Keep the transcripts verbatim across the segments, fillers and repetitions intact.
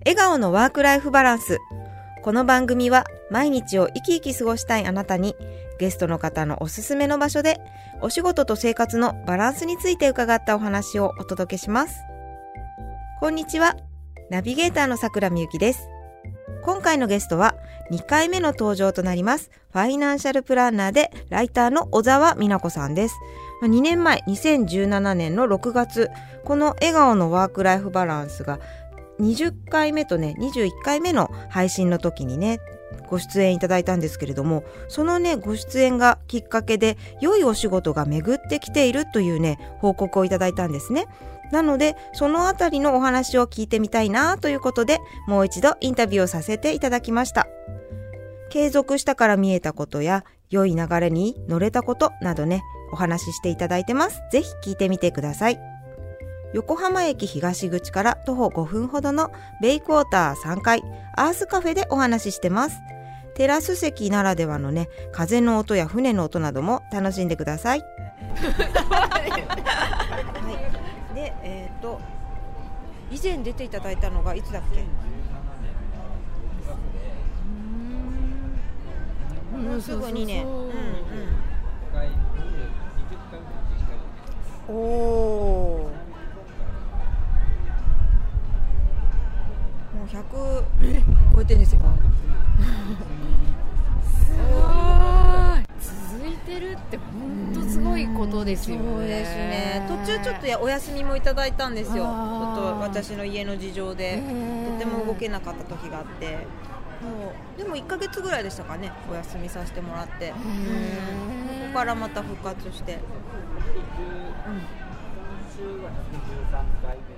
笑顔のワークライフバランス。この番組は毎日を生き生き過ごしたいあなたに、ゲストの方のおすすめの場所でお仕事と生活のバランスについて伺ったお話をお届けします。こんにちは、ナビゲーターのさくらみゆきです。今回のゲストはにかいめの登場となります。ファイナンシャルプランナーでライターの小沢美奈子さんです。にねんまえ、にせんじゅうななねんのろくがつ、この笑顔のワークライフバランスがにじゅっかいめとね、にじゅういっかいめの配信の時にね、ご出演いただいたんですけれども、そのね、ご出演がきっかけで良いお仕事が巡ってきているというね、報告をいただいたんですね。なので、そのあたりのお話を聞いてみたいなということで、もう一度インタビューをさせていただきました。継続したから見えたことや、良い流れに乗れたことなどね、お話ししていただいてます。ぜひ聞いてみてください。横浜駅東口から徒歩ごふんほどのベイクォーターさんがいアースカフェでお話ししてます。テラス席ならではのね、風の音や船の音なども楽しんでください。はい、で、えっと以前出ていただいたのがいつだっけ？うーん、もうすぐにねん。うんうん。おお。もうひゃく超えてるんですよ。 すごい。続いてるって本当すごいことですよね。 そうですね。途中ちょっとやお休みもいただいたんですよ。ちょっと私の家の事情でとても動けなかった時があって、もうでもいっかげつぐらいでしたかね、お休みさせてもらって、うん、ここからまた復活して、うん、今週はじゅうさんかいめなので、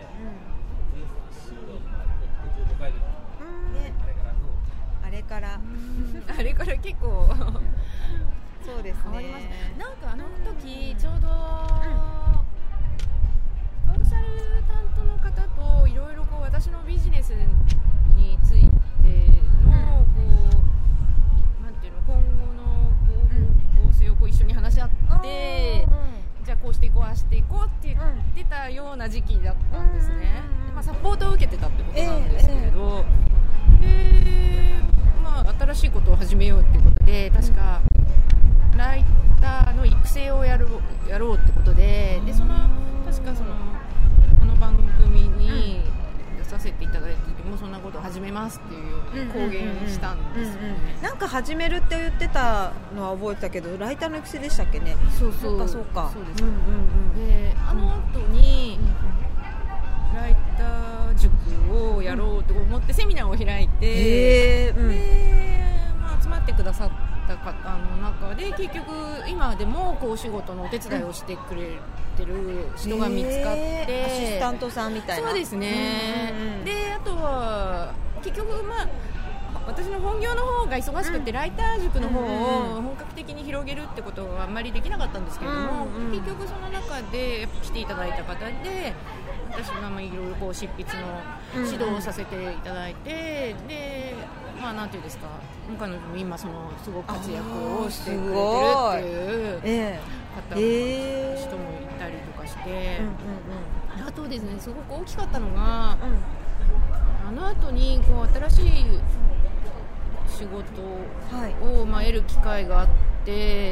あれからあれから結構そうですね、 変わりました。なんかあの時ちょうど、うん、コンサルタントの方といろいろこう私のビジネスについての、うん、こうなんていうの、今後のこう方針をこう一緒に話し合って、うん、じゃあこうしていこう、ああしていこうって言ってたような時期だったんですね。で、まあ、サポートを受けてたってことなんですけれど、えーえーでまあ、新しいことを始めようっていうことで、確かライターの育成をやるやろうってことで、でその確かそのこの番組に出させていただいた時もそんなことを始めますっていう公言したんですよね。 なんか始めるって言ってたのは覚えてたけど、ライターの育成でしたっけね。 そうそう、 そうかそうか、 そうです、うんうんうん、であの後に、うん、ライター塾をやろうと思ってセミナーを開いて、うん、で、まあ、集まってくださった方の中で結局今でもこうお仕事のお手伝いをしてくれてる人が見つかって、 アシスタントさんみたいな。 そうですね、うんうん、であとは結局まあ私の本業の方が忙しくて、うん、ライター塾の方を本格的に広げるってことはあんまりできなかったんですけれども、うんうん、結局その中で来ていただいた方で私がいろいろこう執筆の指導をさせていただいて、うんうん、でまあなんていうんですか、彼女も今そのすごく活躍をしてくれてるっていう方、えー、人もいたりとかして、うんうんうん、あとですね、すごく大きかったのが、うん、あの後にこう新しい仕事を、まあ、得る機会があって、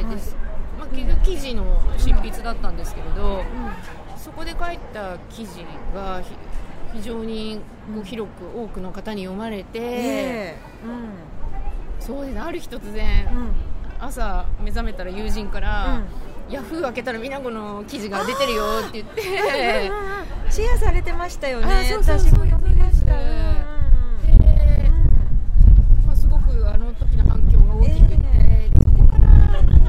はい、でまあ、結局記事の執筆だったんですけれど、うん、そこで書いた記事が非常にこう広く多くの方に読まれて、えーうん、そうですね、ある日突然、うん、朝目覚めたら友人から、うん、ヤフー開けたらみなこの記事が出てるよって言ってシェアされてましたよね。 あ、そうそうそう、読みました。すごくあの時の反響が大きくて、えー、そこからいろいろ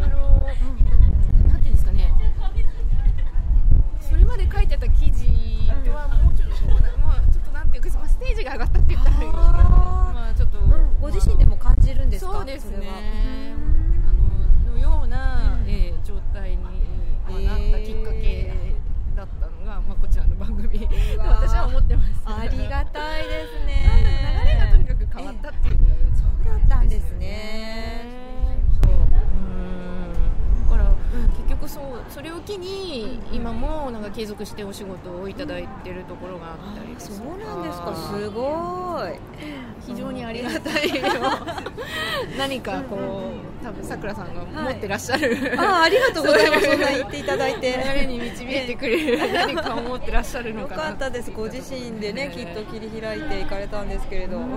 なんていうんですかね、それまで書いてた記事とはもうちょっと、まあ、ちょっとなんていうか、まあ、ステージが上がったって言ったらいいのかな、まあ、ちょっと、うん、 ご自身でも感じるんですか？ そうですね、あののような、うん、えー、状態に、まあ、なったきっかけだったのが、まあ、こちらの番組で私は思ってます。 ありがたいですね。 なんだか流れがとにかく変わったっていう、 えー、そうだったんですね。 そう、うん、だから、うん、結局そう、それをききに今もなんか継続してお仕事をいただいてるところがあったりですとか。 そうなんですか、すごい非常にありがたい何かこう多分さくらさんが持ってらっしゃる、はい、 あ, ありがとうございますそんな言っていただいて流れに導いてくれる何かを持ってらっしゃるのかな。 よかったです、ご自身でねきっと切り開いていかれたんですけれど、うん、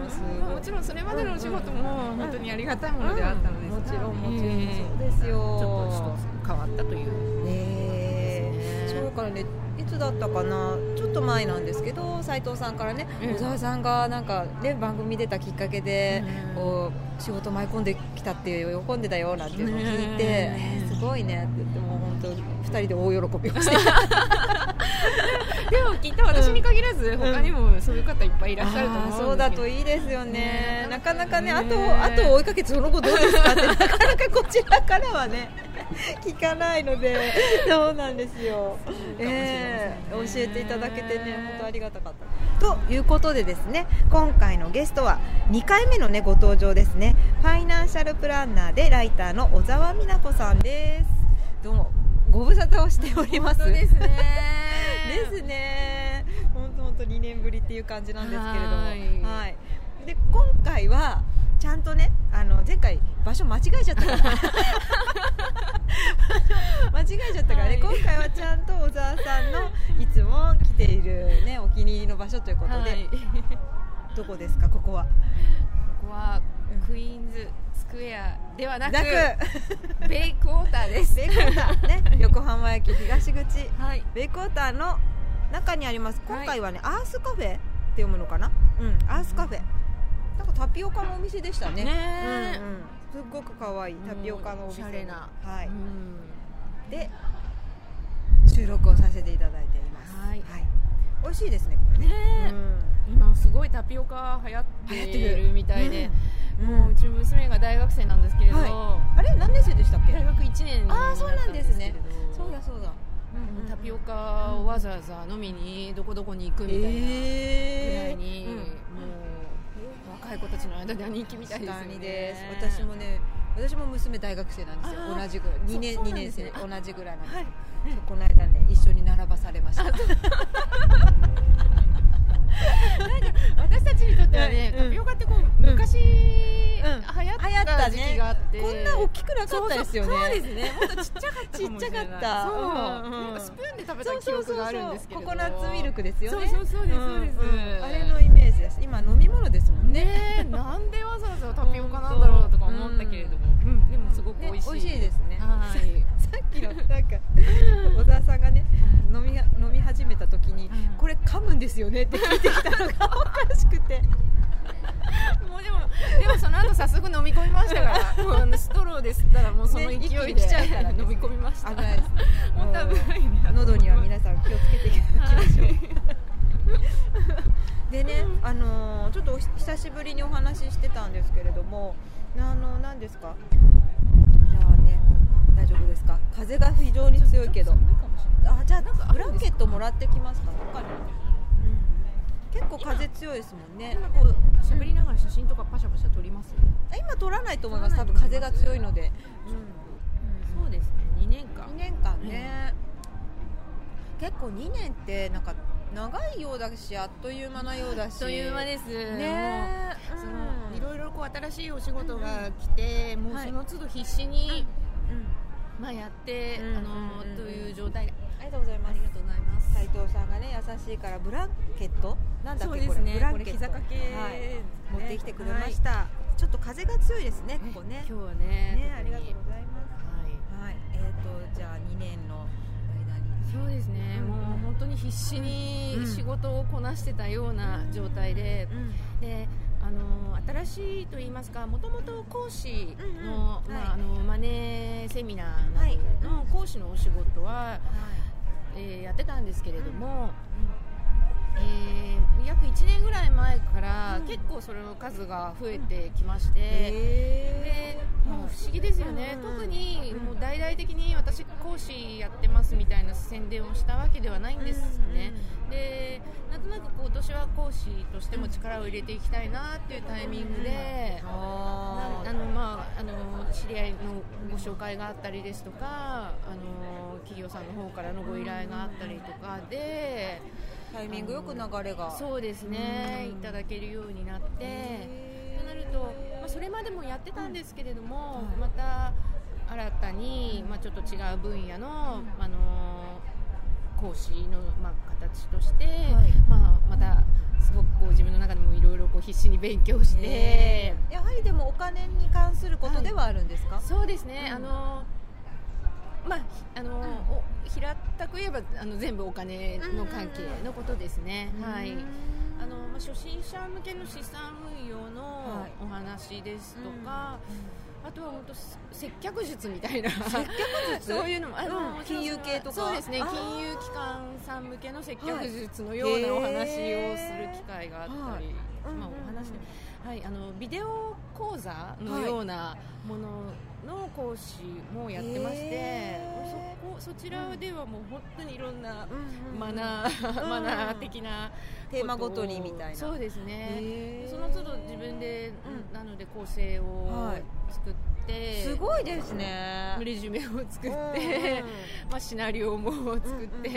すごい。 もちろんそれまでのお仕事も本当にありがたいものであったのですが、 もちろんもちろんそうですよ、 ちょっと一つ変わったというねえ、そうからね、いつだったかな、ちょっと前なんですけど斉藤さんからね、うん、小沢さんがなんか、ね、番組出たきっかけで、うん、こう仕事舞い込んできたっていう喜んでたよなんていうのを聞いて、えー、すごいねって言っても本当ふたりで大喜びをしてでもきっと私に限らず他にもそういう方いっぱいいらっしゃると思うんですけど、 そうだといいですよね、ね、なかなかね、あと後を追いかけてその後どうですかってなかなかこちらからはね聞かないのでそうなんですよ、えー、教えていただけてね本当ありがたかったということでですね、今回のゲストはにかいめのねご登場ですね。ファイナンシャルプランナーでライターの小沢美奈子さんです。どうもご無沙汰をしております。 本当ですねですね、本当本当にねんぶりっていう感じなんですけれども、はい、はい、で今回はちゃんとね、あの前回場所間違えちゃったから間違えちゃったからね、はい、今回はちゃんと小沢さんのいつも来ている、ね、お気に入りの場所ということで、はい、どこですかここは。 ここはクイーンズスクエアではなくベイクォーターです。 ベイクォーター、ね、横浜駅東口、 はい、 ベイクォーターの中にあります。今回はね、はい、アースカフェって読むのかな、うん、アースカフェ、なんかタピオカのお店でしたね。 ね、 うんうん、すっごく可愛いタピオカのお店、 おしゃれな、 はい、 うん、 で収録をさせていただいています。はい、はい、美味しいですねこれね。ね、 うん、今すごいタピオカ流行っているみたいで、うん、もううちの娘が大学生なんですけれど、はい、 あれ何年生でしたっけ。 大学いちねんになったんですけれど。 あ、そうなんですね。そうだそうだ。 うん、タピオカをわざわざ飲みにどこどこに行くみたいなぐらいに、えーうん、もう若い子たちの間では人気みたいですよね。 です。私もね、私も娘大学生なんですよ。同じぐらいにねんにねん生同じぐらいなんです。はい、この間ね一緒に並ばされました。なんか私たちにとってはね、うん、タピオカってこう昔、うん、流行った時期があって、ね、 こんな大きくなかったですよね。 そうですね、もっとちっちゃかったかもしれない。 ちっちゃかった。 そう、うんうん、スプーンで食べた記憶があるんですけど、 ココナッツミルクですよね。 そうそうそうです、そうです、 うん、あれのイメージです。今飲み物ですもんね。 ね、なんでわざわざタピオカなんだろうとか思ったけれども、うん、でもすごく美味しい、 ね、美味しいですね。 はい、 さっきのなんか小沢さんがね、飲み飲み始めた時に、これ噛むんですよねって聞いてきたのがおかしくて。 もうでもでもその後早速飲み込みましたからもうあのストローで吸ったらもうその勢いで、ね、来ちゃうから、ね、飲み込みました。 危ないですね。 本当危ないね。 喉には皆さん気をつけていただきましょう。はい、でね、あのー、ちょっと久しぶりにお話ししてたんですけれども、あのー、何ですか。じゃあね、大丈夫ですか。風が非常に強いけど、あ、じゃあなんかブランケットもらってきますか。結構風強いですもんね。 今こう喋りながら写真とかパシャパシャ撮ります？ 今撮らないと思います。多分風が強いので、 うんうん、そうですね。にねんかんにねんかんね、うん、結構にねんってなんか長いようだし、あっという間なようだし、 あっという間ですね。 もうそのいろいろこう新しいお仕事が来て、うんうん、もうその都度必死に、うんうん、まあやって、うん、あの、うん、という状態で、 ありがとうございます。 ありがとうございます。 斉藤さんがね優しいからブランケットなんだっけ、 そうですね、 これブランケット、 これ膝掛け、 はい、持ってきてくれました。はい、ちょっと風が強いですね、ここね。 今日はね、 ね、ありがとうございます。はい、はい、えーとじゃあにねんの間に、 そうですね、うん、もう本当に必死に仕事をこなしてたような状態で、うん、であの新しいと言いますか、もともと講師の、うんうん、まあ、あのマネーセミナーなどの講師のお仕事は、はい、えー、やってたんですけれども、うん、えー、約いちねんぐらい前から結構それの数が増えてきまして、うん、でもう不思議ですよね、うん、特にもう大々的に私講講師やってますみたいな宣伝をしたわけではないんですね、うんうん、でなんとなくこう今年は講師としても力を入れていきたいなっていうタイミングで、うん、ああの、まあ、あの知り合いのご紹介があったりですとか、あの企業さんの方からのご依頼があったりとかでタイミングよく流れがそうですね、うん、いただけるようになってとなると、まあ、それまでもやってたんですけれども、うん、また新たに、まあ、ちょっと違う分野の、うん、あの講師の、まあ、形として、はいまあ、またすごくこう自分の中でもいろいろ必死に勉強して、 やはりでもお金に関することではあるんですか？ はい、そうですね、うん、あのまああのうん、お平たく言えばあの全部お金の関係のことですね、うんはいあのまあ、初心者向けの資産運用のお話ですとか、はいあとは本当接客術みたいな接客術そういうのもあの、 うん、金融系とかそうですね金融機関さん向けの接客術のようなお話をする機会があったり、はいまあ、お話で、はい、あのビデオ講座のようなものの講師もやってまして、そこそちらではもう本当にいろんなマナー、うん、マナー的なテーマごとにみたいなそうですねその都度自分で、うん、なので構成を作って、はい、 すごいですねレジュメを作って、まあ、シナリオも作って、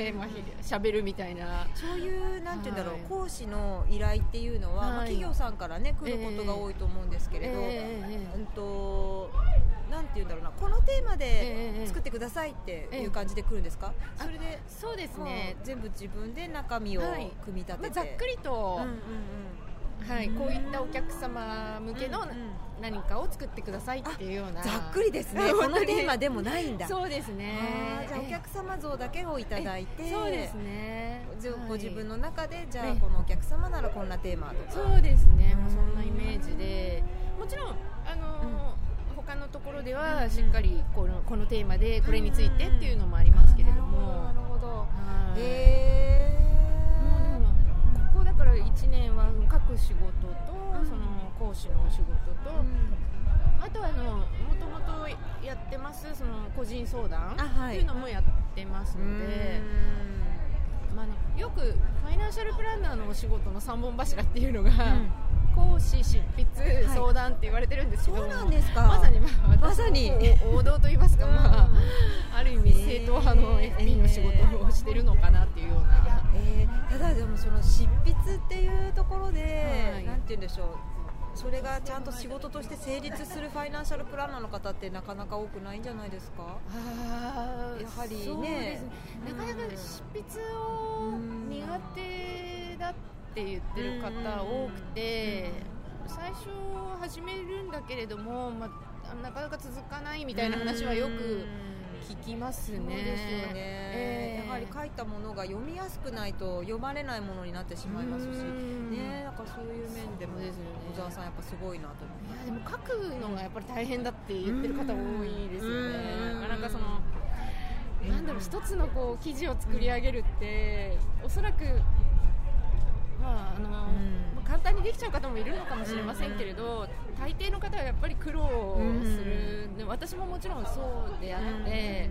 うんうんまあ、喋るみたいなそういうなんていうんだろう、はい、講師の依頼っていうのは、はいまあ、企業さんからね来ることが多いと思うんですけれど、えーうんとなんていうんだろうなこのテーマで作ってくださいっていう感じで来るんですか？ えー、それでそうですね、 全部自分で中身を組み立てて、はいまあ、 ざっくりと、うんうんうんはい、こういったお客様向けの何かを作ってくださいっていうような、 ざっくりですねこのテーマでもないんだそうですねじゃあお客様像だけをいただいてそうですねご自分の中でじゃあこのお客様ならこんなテーマとかそうですねもうそんなイメージでもちろんあの、うん、他のところではしっかりこの、このテーマでこれについてっていうのもありますけれどもなるほどへーだからいちねんは書く仕事と、うん、その講師のお仕事と、うん、あとはあのもともとやってますその個人相談っていうのもやってますので、まあ、あのよくファイナンシャルプランナーのお仕事のさんぼん柱っていうのが、うん、講師執筆、はい、相談って言われてるんですけどそうなんですかまさに、まあ、 まさに王道と言いますか、まあ、ある意味正統派の エフピー の仕事をしてるのかなっていうような、 えー、ただでもその執筆っていうところで、はい、なんて言うんでしょうそれがちゃんと仕事として成立するファイナンシャルプランナーの方ってなかなか多くないんじゃないですか？ あやはり ね, ねなかなか執筆を苦手だって言ってる方多くて最初始めるんだけれども、まあ、なかなか続かないみたいな話はよく聞きますね。 そうですよね、えー、やはり書いたものが読みやすくないと読まれないものになってしまいますし、ね、なんかそういう面でも小沢さんやっぱすごいなと思います。 いやでも書くのがやっぱり大変だって言ってる方多いですよね。なかなかそのなんだろう一つのこう記事を作り上げるっておそらくまああの、うん、簡単にできちゃう方もいるのかもしれませんけれど、大抵の方はやっぱり苦労する、うん、私ももちろんそうであって、うん、で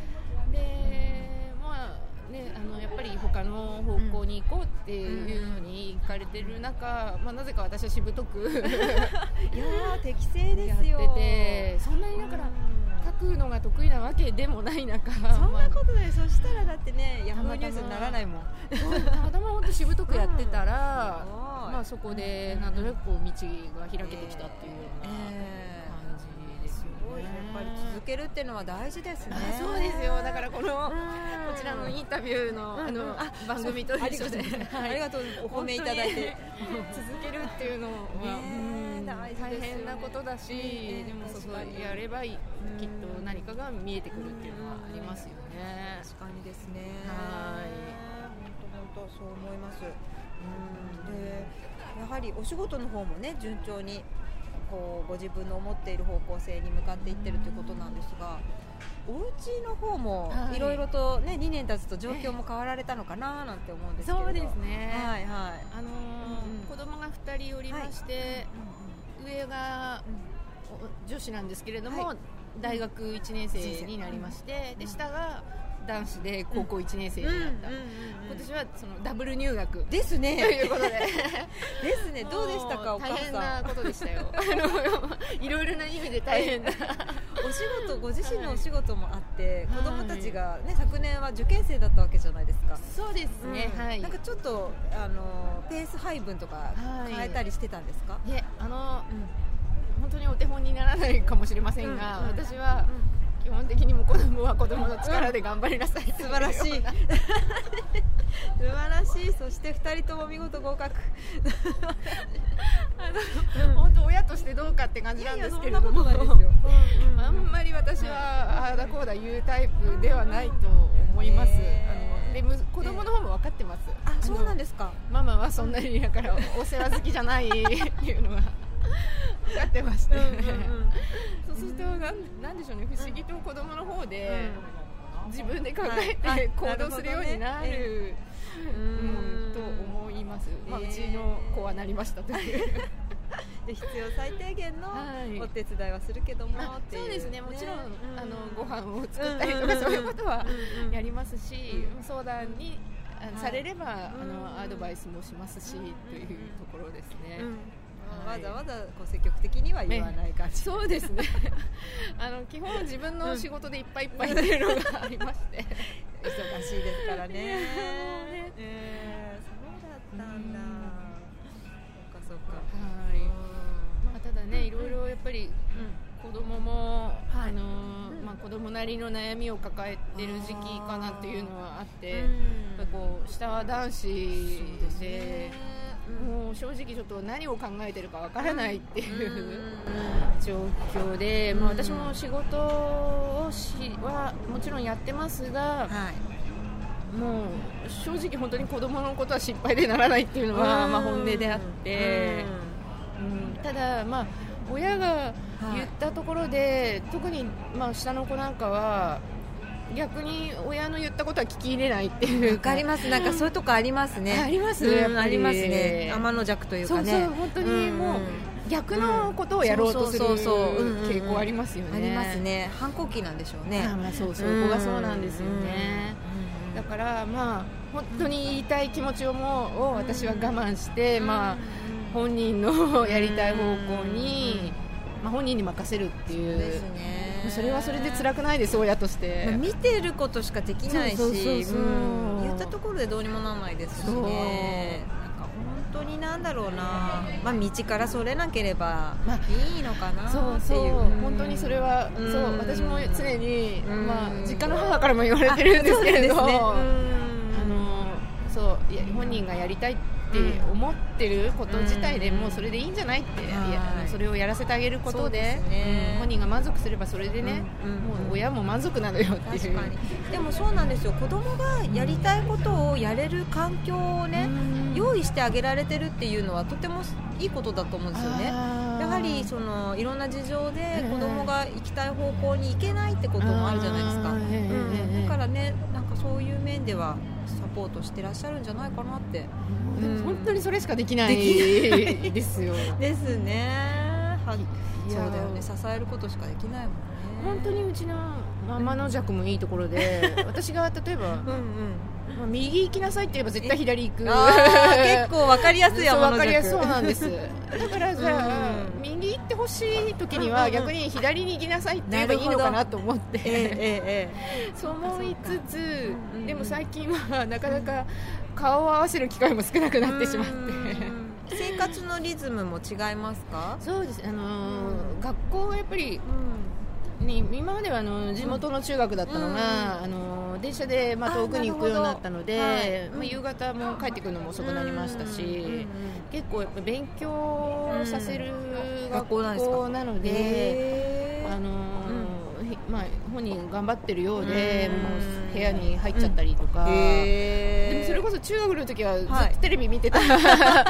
まあねあのやっぱり他の方向に行こうっていうのに行かれてる中、まあ、なぜか私はしぶとくいや適正ですよやっててそんなにだから、書くのが得意なわけでもない中そんなことない、そしたらだってねヤフーニュースにならないもんたまたま本当しぶとくやってたら、うんまあ、そこでなんとなくこう道が開けてきたっていうような感じですよね、えー、 やっぱり続けるっていうのは大事ですね。 そうですよだからこのこちらのインタビューの、あのあ番組と一緒でありがとうお褒めいただいて続けるっていうのは、ね、大変なことだし、ね、でもそこやればいいきっと何かが見えてくるっていうのはありますよね。 確かにですね。 はい本当本当そう思います。うんでやはりお仕事の方もね順調にこうご自分の思っている方向性に向かっていってるということなんですが、お家の方もいろいろとね、はい、にねん経つと状況も変わられたのかななんて思うんですけど。 そうですね。 はいはい。 あのーうんうん、子供がふたりおりまして、はい、上が女子なんですけれども、はい、 大学いちねん生になりまして、で下が男子で高校いちねん生になった、今年はそのダブル入学ですねということでですね。どうでしたか、お母さん。 大変なことでしたよあのいろいろな意味で大変なお仕事、ご自身のお仕事もあって、はい、子供たちが、ね、昨年は受験生だったわけじゃないですか。 そうですね、うん、はい。 なんかちょっとあのペース配分とか変えたりしてたんですか？ いえ、あの、うん、本当にお手本にならないかもしれませんが、うん、私は、うん、基本的にも子供は子供の力で頑張りなさい、うん、 素晴らしい素晴らしい。そしてふたりとも見事合格あの、うん、本当親としてどうかって感じなんですけれども、あんまり私はああだこうだ言うタイプではないと思います。あので子供の方も分かってます。 あ、そうなんですか。 ママはそんなにだからお世話好きじゃないっていうのが分かってまして、うんうんうん、そうするとなん、なんでしょうね、不思議と子供の方で自分で考えて行動するようになる、うん、と思います。まあ、うちの子はなりましたというで必要最低限のお手伝いはするけども、はい、っていう、 そうですね、もちろん、ね、あのご飯を作ったりとかそういうことはやりますし、相談にされれば、はい、あのアドバイスもしますし、というところですね。 うん、はい、わざわざこう積極的には言わない感じ、 ね、そうですねあの基本自分の仕事でいっぱいいっぱいっていうのがありまして忙しいですからねね、えー、そうだったんだ、うん、そっかそっか、 はい、まあ、ただね、いろいろやっぱり、うん、子供も、はい、あのーまあ、子供なりの悩みを抱えてる時期かなっていうのはあって、うん、やっぱりこう下は男子 で, でもう正直ちょっと何を考えてるかわからないっていう状況で、まあ、私も仕事をしはもちろんやってますが、はい、もう正直本当に子供のことは心配でならないっていうのはまあ本音であって、うん、ただまあ親が言ったところで、はい、特にまあ下の子なんかは逆に親の言ったことは聞き入れないっていうわかります。なんかそういうとこありますね。 あります、 うん、ありますね。天の弱というかね。 そうそう、本当にもう逆のことをやろうとする傾向ありますよね。 ありますね。反抗期なんでしょうね。 あ、まあ、そうそう、うん、ここがそうなんですよね。うん、だからまあ本当に言いたい気持ちをもを私は我慢して、うん、まあ本人のやりたい方向に、まあ、本人に任せるっていう。そうですね。それはそれで辛くないです、親として、 まあ、見てることしかできないし、そうそうそうそう、うん、言ったところでどうにもならないですしね。なんか本当になんだろうな、まあ、道からそれなければいいのかなっていう、まあ、そうそう、 本当にそれは、うん、そう、私も常に、うん、まあ、実家の母からも言われてるんですけれど、ね、うん、あのそういや本人がやりたいって思ってること自体でもうそれでいいんじゃないって、うん、いやそれをやらせてあげること で, で、ね、うん、本人が満足すればそれでね、うんうん、もう親も満足なのよっていう。 確かに。でもそうなんですよ、子供がやりたいことをやれる環境をね、うん、用意してあげられてるっていうのはとてもいいことだと思うんですよね。やはりそのいろんな事情で子供が行きたい方向に行けないってこともあるじゃないですか、うん、だからね、なんかそういう面ではサポートしてらっしゃるんじゃないかなって、 うん、でも本当にそれしかできないですよですね。はそうだよね、支えることしかできないもんね。 本当にうちのママの弱もいいところで私が例えばうん、うん、まあ、右行きなさいって言えば絶対左行く、うん、 あ結構分かりやすい山の弱。そう、分かりやすそうなんですだからじゃあ、うん、右行ってほしい時には逆に左に行きなさいって言えばいいのかなと思って、ええええ、そう思いつつ、でも最近はなかなか顔を合わせる機会も少なくなってしまって生活のリズムも違いますか？ そうです、あのー、学校はやっぱり、うん、今まではあの地元の中学だったのが、うん、あの電車でまあ遠くに行くようになったので、はい、まあ、夕方も帰ってくるのも遅くなりましたし、うん、結構やっぱ勉強させる学校なので、あのーまあ、本人頑張ってるようで、もう部屋に入っちゃったりとか、でもそれこそ中学の時はずっとテレビ見てた、はい、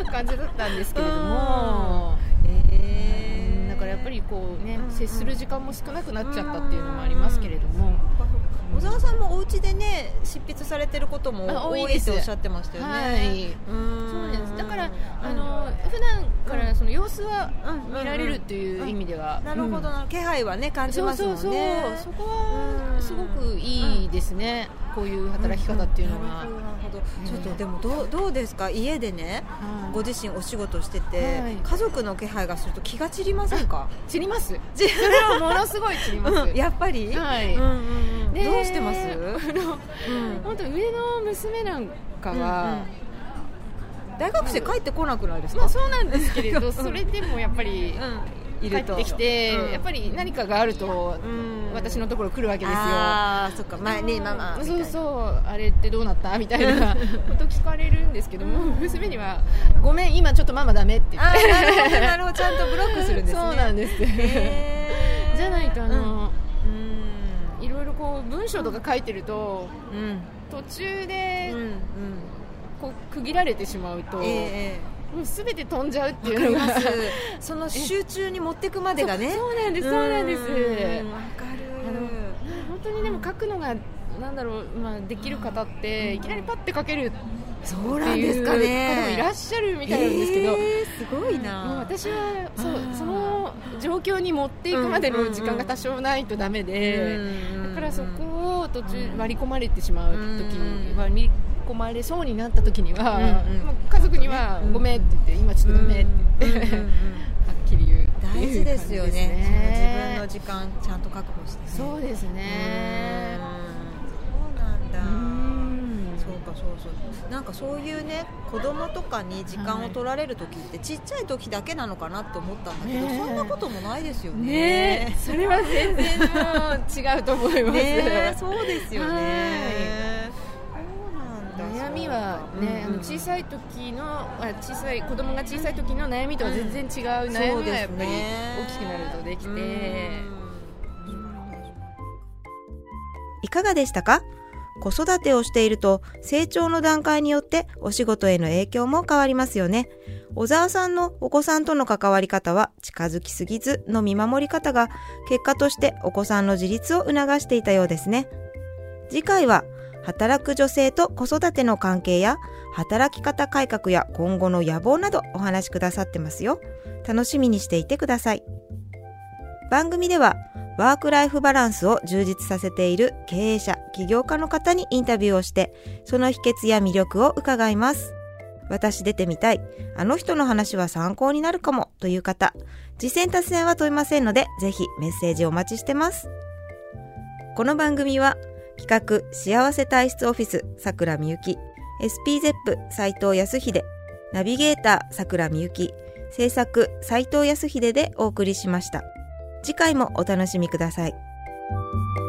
感じだったんですけれども、えー、だからやっぱりこうね、接する時間も少なくなっちゃったっていうのもありますけれども、 小沢さんもお家でね執筆されてることも多いっておっしゃってましたよね。 はい、うん、そうです。だからああの普段からその様子は見られるっていう意味では、 なるほどな、気配はね感じますもんね。 そうそうそう、そこはすごくいいですね、こういう働き方っていうのは。 なるほど。ちょっとでもどう、どうですか、家でね、ご自身お仕事してて、はい、家族の気配がすると気が散りませんか？ 散ります。それはものすごい散ります、 うん、やっぱり、はい、うんうんうん、どうしてます？ 本当、うん、上の娘なんかは、うんうん、 大学生帰ってこなくないですか？ まあ、そうなんですけれどそれでもやっぱり、うん、帰ってきて、うん、やっぱり何かがあると、うん、私のところ来るわけですよ。 ああ、そっか、前ね、ママみたいな。 そうそう、あれってどうなったみたいなこと聞かれるんですけども、娘にはごめん、今ちょっとママダメって言って、 あ、なるほどなるほど、ちゃんとブロックするんですね。 そうなんです。じゃないとあの、うん、いろいろこう文章とか書いてると、うん、途中で、うんうん、こう区切られてしまうと、えー、もう全て飛んじゃうっていうのがその集中に持っていくまでがね。 そ, そうなんです、そうなんです。わかる。 あの本当にでも書くのがなんだろう、まあ、できる方っていきなりパッて書けるそうなんですかね、 方もいらっしゃるみたいなんですけど、 えー、すごいな。 もう私は そ, その状況に持っていくまでの時間が多少ないとダメで、だからそこを途中割り込まれてしまう時に割り込まれそうになった時には、うんうん、家族にはごめんって言って、今ちょっとダメって言って、うんうんうん、はっきり言うっていう感じですね。大事ですよね、 その自分の時間ちゃんと確保して、ね、 そうですね。 そうなんだ。うんそうかそうそう。なんかそういうね、子供とかに時間を取られる時って、はい、ちっちゃい時だけなのかなって思ったんだけど、ね、そんなこともないですよね。 ね、それは全然違うと思います。 ね、そうですよね。 悩みはね、うんうん、あの小さい時の小さい子供が小さい時の悩みとは全然違う悩みがやっぱり大きくなるとできて、うん、 いかがでしたか？子育てをしていると成長の段階によってお仕事への影響も変わりますよね。小沢さんのお子さんとの関わり方は近づきすぎずの見守り方が結果としてお子さんの自立を促していたようですね。次回は働く女性と子育ての関係や働き方改革や今後の野望などお話しくださってますよ。楽しみにしていてください。番組ではワークライフバランスを充実させている経営者、起業家の方にインタビューをしてその秘訣や魅力を伺います。私出てみたい、あの人の話は参考になるかもという方、実践達成は問いませんのでぜひメッセージお待ちしてます。この番組は企画幸せ体質オフィスさくらみゆき、 エスピーゼップ 斉藤康秀、ナビゲーターさくらみゆき、制作斉藤康秀でお送りしました。次回もお楽しみください。